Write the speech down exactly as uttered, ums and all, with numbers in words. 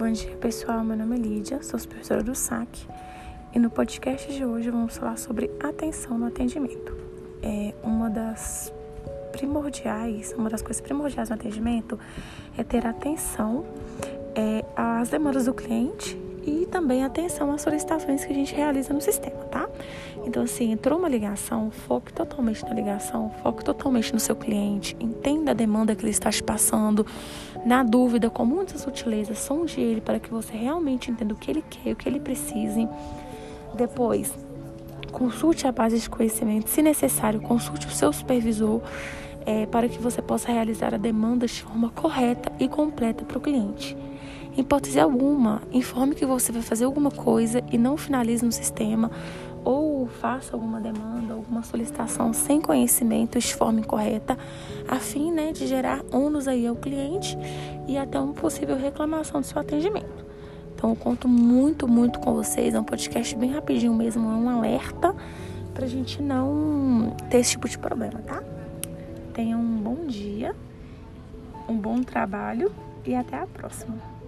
Bom dia, pessoal. Meu nome é Lídia, sou professora do S A C e no podcast de hoje vamos falar sobre atenção no atendimento. É uma das primordiais, uma das coisas primordiais no atendimento é ter atenção é, às demandas do cliente e também atenção às solicitações que a gente realiza no sistema, tá? Então, assim, entrou uma ligação, foque totalmente na ligação, foque totalmente no seu cliente, entenda a demanda que ele está te passando. Na dúvida, com muitas sutilezas, sonde ele para que você realmente entenda o que ele quer, o que ele precisa. Depois, consulte a base de conhecimento, se necessário, consulte o seu supervisor é, para que você possa realizar a demanda de forma correta e completa para o cliente. Em hipótese alguma, informe que você vai fazer alguma coisa e não finalize no sistema ou faça alguma demanda, alguma solicitação sem conhecimento de forma incorreta, a fim né, de gerar ônus aí ao cliente e até uma possível reclamação do seu atendimento. Então, eu conto muito, muito com vocês. É um podcast bem rapidinho mesmo, é um alerta pra gente não ter esse tipo de problema, tá? Tenham um bom dia, um bom trabalho e até a próxima.